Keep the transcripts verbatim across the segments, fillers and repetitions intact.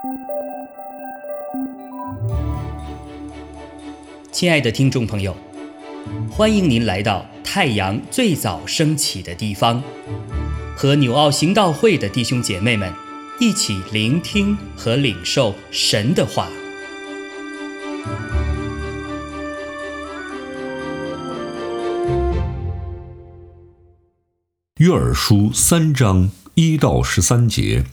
亲爱的听众朋友，欢迎您来到太阳最早升起的地方，和纽奥行道会的弟兄姐妹们一起聆听和领受神的话。 约珥书三章一到十三节。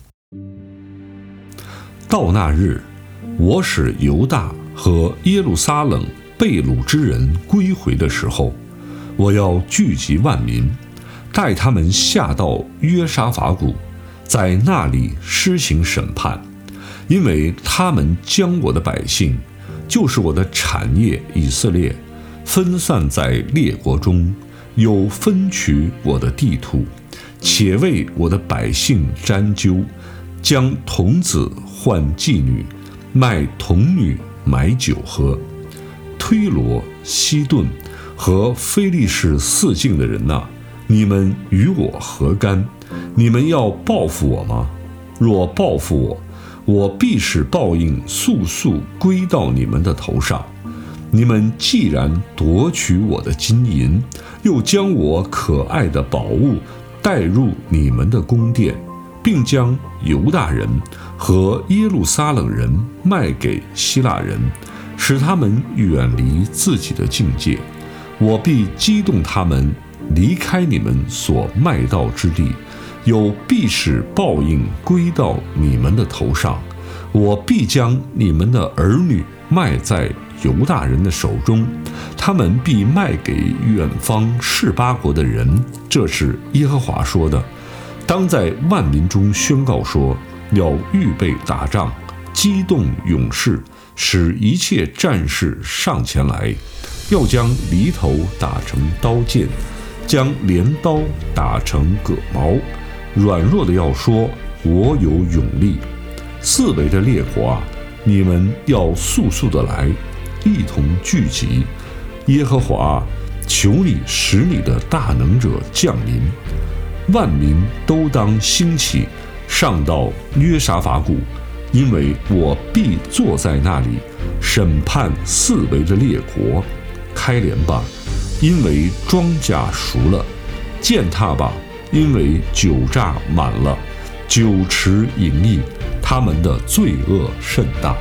到那日，我使犹大和耶路撒冷被掳之人归回的时候，我要聚集万民，带他们下到约沙法谷，在那里施行审判，因为他们将我的百姓，就是我的产业以色列，分散在列国中，又分取我的地土，且为我的百姓沾揪，将童子换妓女，卖童女买酒喝。推罗、西顿和非利士四境的人哪，你们与我何干？你们要报复我吗？若报复我，我必使报应速速归到你们的头上。你们既然夺取我的金银，又将我可爱的宝物带入你们的宫殿，并将犹大人和耶路撒冷人卖给希腊人，使他们远离自己的境界，我必激动他们离开你们所卖到之地，又必使报应归到你们的头上。我必将你们的儿女卖在犹大人的手中，他们必卖给远方示巴国的人。这是耶和华说的。当在万民中宣告说，要预备打仗，激动勇士，使一切战士上前来，要将犁头打成刀剑，将镰刀打成戈矛。软弱的要说，我有勇力。四围的列国啊，你们要速速的来，一同聚集。耶和华，求你使你的大能者降临，万民都当兴起，上到约沙法谷，因为我必坐在那里，审判四围的列国。开镰吧，因为庄稼熟了；践踏吧，因为酒榨满了。酒池盈溢，他们的罪恶甚大。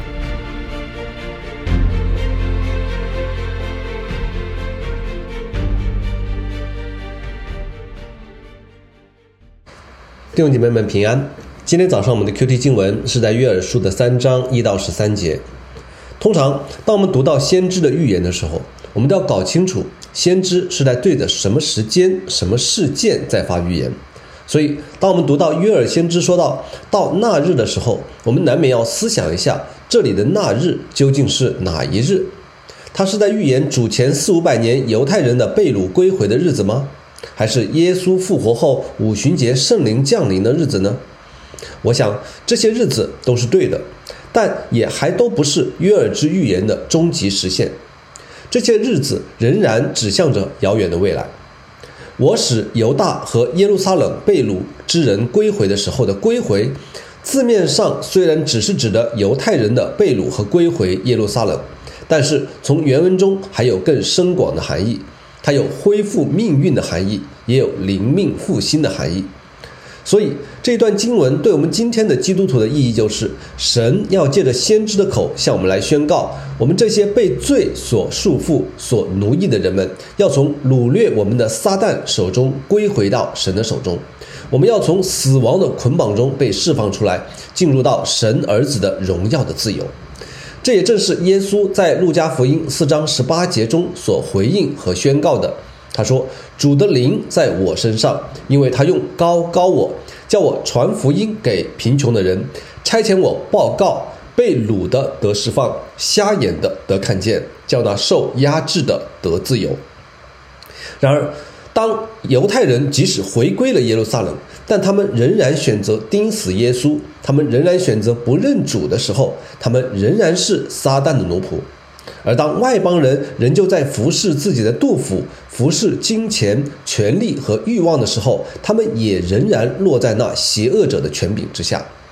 弟兄姐妹们平安。今天早上我们的 Q T 经文是在约珥书的三章一到十三节。通常当我们读到先知的预言的时候，我们都要搞清楚先知是在对着什么时间、什么事件在发预言。所以当我们读到约珥先知说到到那日的时候，我们难免要思想一下，这里的那日究竟是哪一日？他是在预言主前四五百年犹太人的被掳归回的日子吗？还是耶稣复活后五旬节圣灵降临的日子呢？我想这些日子都是对的，但也还都不是约珥之预言的终极实现。这些日子仍然指向着遥远的未来。我使犹大和耶路撒冷被掳之人归回的时候的归回，字面上虽然只是指的犹太人的被掳和归回耶路撒冷，但是从原文中还有更深广的含义。它有恢复命运的含义，也有灵命复兴的含义。所以这段经文对我们今天的基督徒的意义就是，神要借着先知的口向我们来宣告，我们这些被罪所束缚、所奴役的人们，要从掳掠我们的撒旦手中归回到神的手中。我们要从死亡的捆绑中被释放出来，进入到神儿子的荣耀的自由。这也正是耶稣在路加福音四章十八节中所回应和宣告的。他说，主的灵在我身上，因为他用膏膏我，叫我传福音给贫穷的人，差遣我报告被掳的得释放，瞎眼的得看见，叫那受压制的得自由。然而当犹太人即使回归了耶路撒冷，但他们仍然选择钉死耶稣，他们仍然选择不认主的时候，他们仍然是撒旦的奴仆。而当外邦人仍旧在服侍自己的肚腹，服侍金钱、权力和欲望的时候，他们也仍然落在那邪恶者的权柄之下。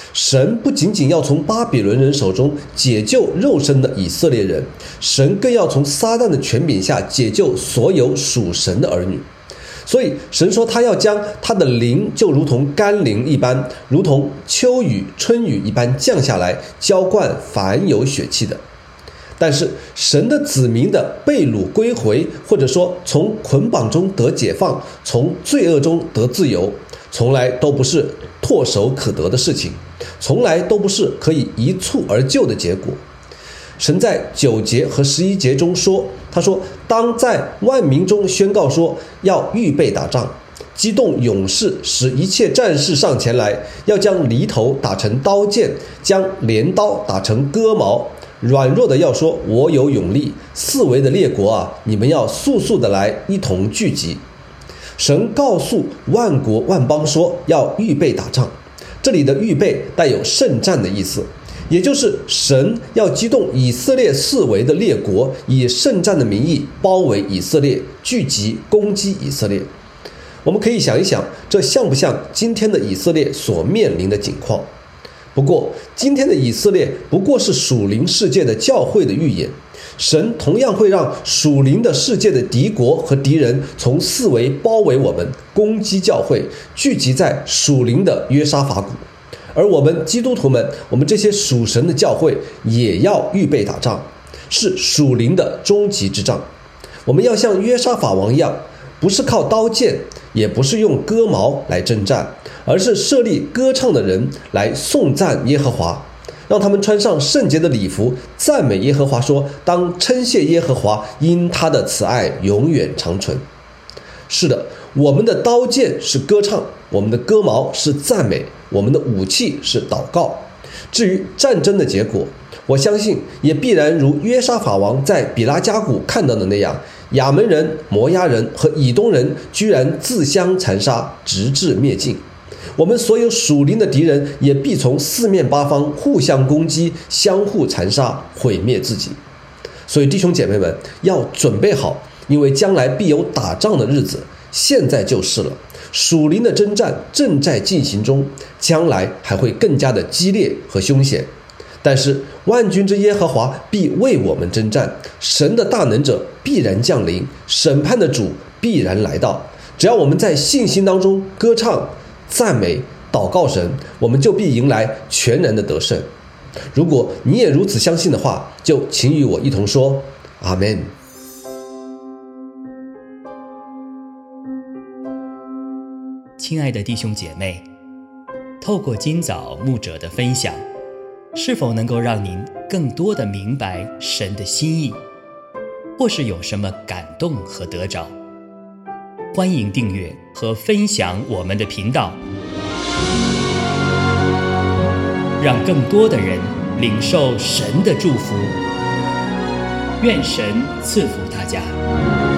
神不仅仅要从巴比伦人手中解救肉身的以色列人，神更要从撒旦的权柄下解救所有属神的儿女。所以神说他要将他的灵就如同甘霖一般，如同秋雨春雨一般降下来，浇灌凡有血气的。但是神的子民的被掳归回，或者说从捆绑中得解放，从罪恶中得自由，从来都不是唾手可得的事情，从来都不是可以一蹴而就的结果。神在九节和十一节中说，他说当在万民中宣告说要预备打仗，激动勇士，使一切战士上前来，要将犁头打成刀剑，将镰刀打成戈矛，软弱的要说我有勇力，四围的列国啊，你们要速速的来一同聚集。神告诉万国万邦说要预备打仗，这里的预备带有圣战的意思，也就是神要激动以色列四围的列国，以圣战的名义包围以色列，聚集攻击以色列。我们可以想一想，这像不像今天的以色列所面临的境况？不过今天的以色列不过是属灵世界的教会的预演，神同样会让属灵的世界的敌国和敌人从四围包围我们，攻击教会，聚集在属灵的约沙法谷。而我们基督徒们，我们这些属神的教会也要预备打仗，是属灵的终极之仗。我们要像约沙法王一样，不是靠刀剑，也不是用戈矛来征战，而是设立歌唱的人来颂赞耶和华，让他们穿上圣洁的礼服，赞美耶和华，说当称谢耶和华，因他的慈爱永远长存。是的，我们的刀剑是歌唱，我们的戈矛是赞美，我们的武器是祷告。至于战争的结果，我相信也必然如约沙法王在比拉加谷看到的那样，亚门人、摩押人和以东人居然自相残杀，直至灭尽。我们所有属灵的敌人也必从四面八方互相攻击，相互残杀，毁灭自己。所以弟兄姐妹们要准备好，因为将来必有打仗的日子，现在就是了。属灵的征战正在进行中，将来还会更加的激烈和凶险。但是万军之耶和华必为我们征战，神的大能者必然降临，审判的主必然来到。只要我们在信心当中歌唱、赞美、祷告神，我们就必迎来全然的得胜。如果你也如此相信的话，就请与我一同说阿们。 亲爱的弟兄姐妹，透过今早牧者的分享，是否能够让您更多的明白神的心意，或是有什么感动和得着？欢迎订阅和分享我们的频道，让更多的人领受神的祝福。愿神赐福大家。